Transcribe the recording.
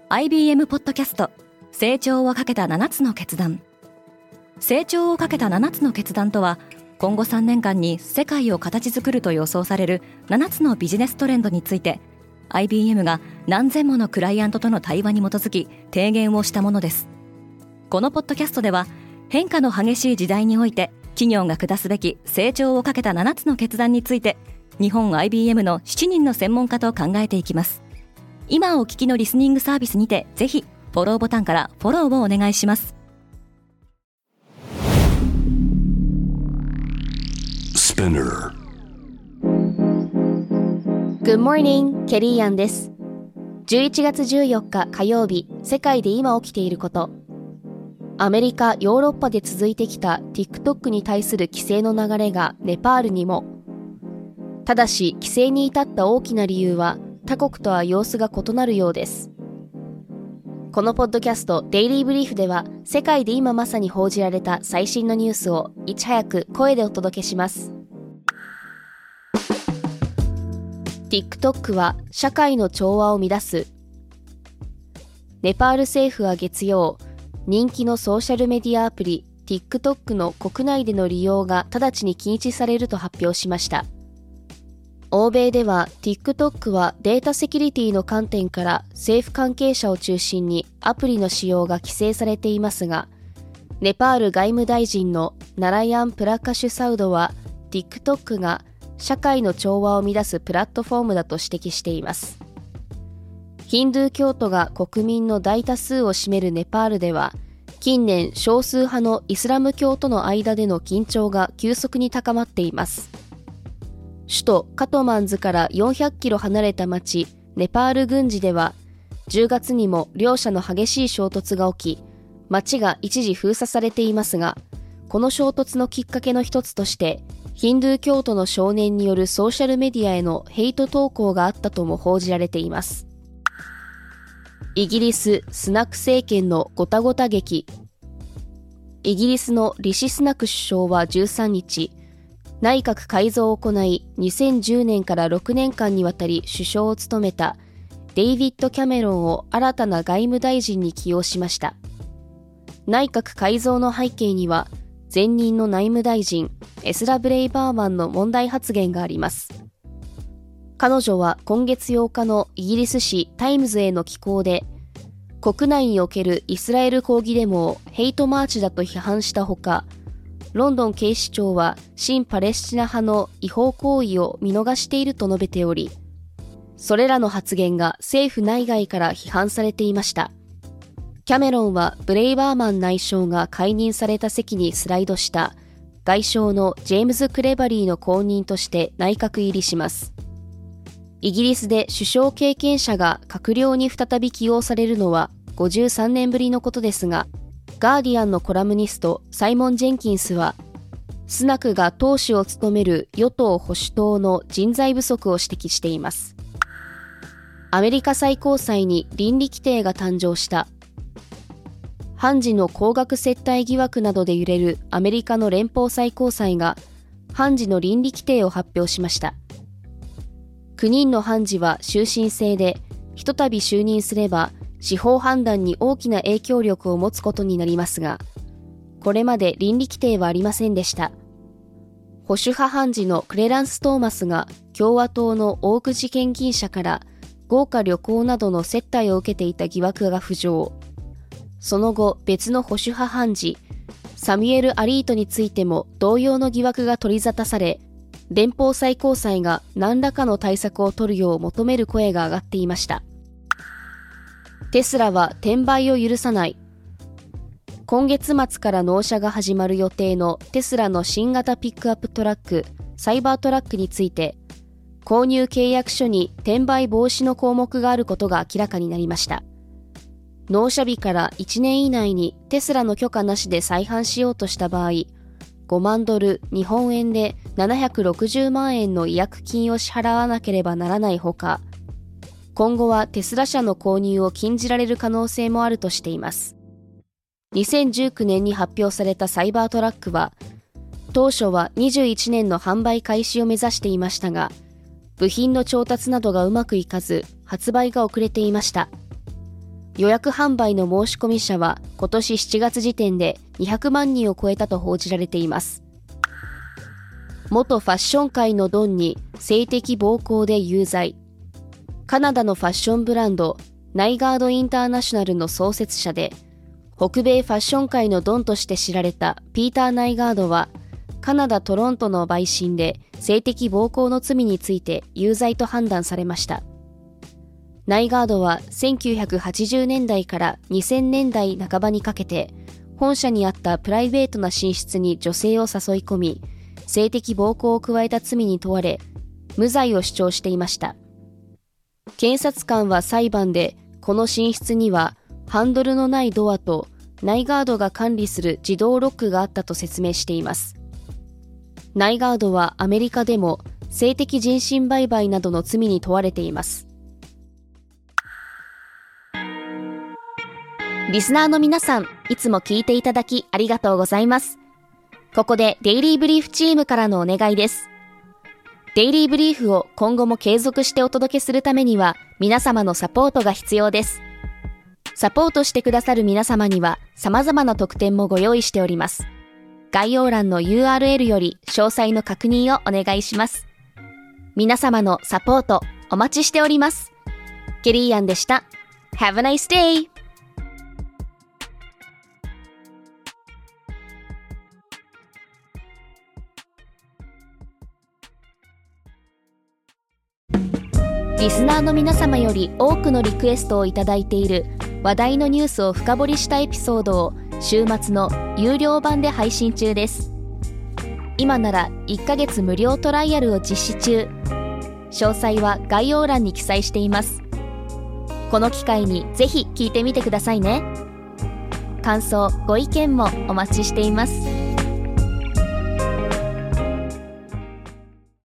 IBM ポッドキャスト成長をかけた7つの決断。成長をかけた7つの決断とは、今後3年間に世界を形作ると予想される7つのビジネストレンドについて IBM が何千ものクライアントとの対話に基づき提言をしたものです。このポッドキャストでは、変化の激しい時代において企業が下すべき成長をかけた7つの決断について、日本 IBM の7人の専門家と考えていきます。今お聞きのリスニングサービスにて、ぜひフォローボタンからフォローをお願いします。 Spinner Good morning, ケリーアンです。11月14日火曜日、世界で今起きていること。アメリカ、ヨーロッパで続いてきた TikTok に対する規制の流れがネパールにも。ただし、規制に至った大きな理由は他国とは様子が異なるようです。このポッドキャストデイリーブリーフでは、世界で今まさに報じられた最新のニュースをいち早く声でお届けします。TikTok は社会の調和を乱す。ネパール政府は月曜、人気のソーシャルメディアアプリ TikTok の国内での利用が直ちに禁止されると発表しました。欧米では TikTok はデータセキュリティの観点から政府関係者を中心にアプリの使用が規制されていますが、ネパール外務大臣のナラヤン・プラカシュサウドは TikTok が社会の調和を乱すプラットフォームだと指摘しています。ヒンドゥー教徒が国民の大多数を占めるネパールでは、近年少数派のイスラム教との間での緊張が急速に高まっています。首都カトマンズから400キロ離れた町ネパール郡司では、10月にも両者の激しい衝突が起き、町が一時封鎖されていますが、この衝突のきっかけの一つとして、ヒンドゥー教徒の少年によるソーシャルメディアへのヘイト投稿があったとも報じられています。イギリス・スナク政権のゴタゴタ劇。イギリスのリシ・スナク首相は13日、内閣改造を行い、2010年から6年間にわたり首相を務めたデイビッド・キャメロンを新たな外務大臣に起用しました。内閣改造の背景には、前任の内務大臣エスラ・ブレイバーマンの問題発言があります。彼女は今月8日のイギリス紙タイムズへの寄稿で、国内におけるイスラエル抗議デモをヘイトマーチだと批判したほか、ロンドン警視庁は親パレスチナ派の違法行為を見逃していると述べており、それらの発言が政府内外から批判されていました。キャメロンはブレイバーマン内相が解任された席にスライドした外相のジェームズ・クレバリーの後任として内閣入りします。イギリスで首相経験者が閣僚に再び起用されるのは53年ぶりのことですが、ガーディアンのコラムニストサイモン・ジェンキンスは、スナクが党首を務める与党保守党の人材不足を指摘しています。アメリカ最高裁に倫理規定が誕生した。判事の高額接待疑惑などで揺れるアメリカの連邦最高裁が判事の倫理規定を発表しました。9人の判事は終身制で、ひとたび就任すれば司法判断に大きな影響力を持つことになりますが、これまで倫理規定はありませんでした。保守派判事のクレランス・トーマスが共和党の大口献金者から豪華旅行などの接待を受けていた疑惑が浮上。その後、別の保守派判事サミュエル・アリートについても同様の疑惑が取り沙汰され、連邦最高裁が何らかの対策を取るよう求める声が上がっていました。テスラは転売を許さない。今月末から納車が始まる予定のテスラの新型ピックアップトラック、サイバートラックについて、購入契約書に転売防止の項目があることが明らかになりました。納車日から1年以内にテスラの許可なしで再販しようとした場合、5万ドル、日本円で760万円の違約金を支払わなければならないほか、今後はテスラ車の購入を禁じられる可能性もあるとしています。2019年に発表されたサイバートラックは、当初は21年の販売開始を目指していましたが、部品の調達などがうまくいかず、発売が遅れていました。 予約販売の申し込み者は今年7月時点で200万人を超えたと報じられています。元ファッション界のドンに性的暴行で有罪。カナダのファッションブランドナイガードインターナショナルの創設者で、北米ファッション界のドンとして知られたピーター・ナイガードは、カナダ・トロントの陪審で性的暴行の罪について有罪と判断されました。ナイガードは1980年代から2000年代半ばにかけて、本社にあったプライベートな寝室に女性を誘い込み、性的暴行を加えた罪に問われ、無罪を主張していました。検察官は裁判で、この寝室にはハンドルのないドアとナイガードが管理する自動ロックがあったと説明しています。ナイガードはアメリカでも性的人身売買などの罪に問われています。リスナーの皆さん、いつも聞いていただきありがとうございます。ここでデイリーブリーフチームからのお願いです。デイリーブリーフを今後も継続してお届けするためには、皆様のサポートが必要です。サポートしてくださる皆様には様々な特典もご用意しております。概要欄の URL より詳細の確認をお願いします。皆様のサポートお待ちしております。ケリーアンでした。Have a nice day! リスナーの皆様より多くのリクエストをいただいている話題のニュースを深掘りしたエピソードを週末の有料版で配信中です。今なら1ヶ月無料トライアルを実施中。詳細は概要欄に記載しています。この機会にぜひ聞いてみてくださいね。感想、ご意見もお待ちしています。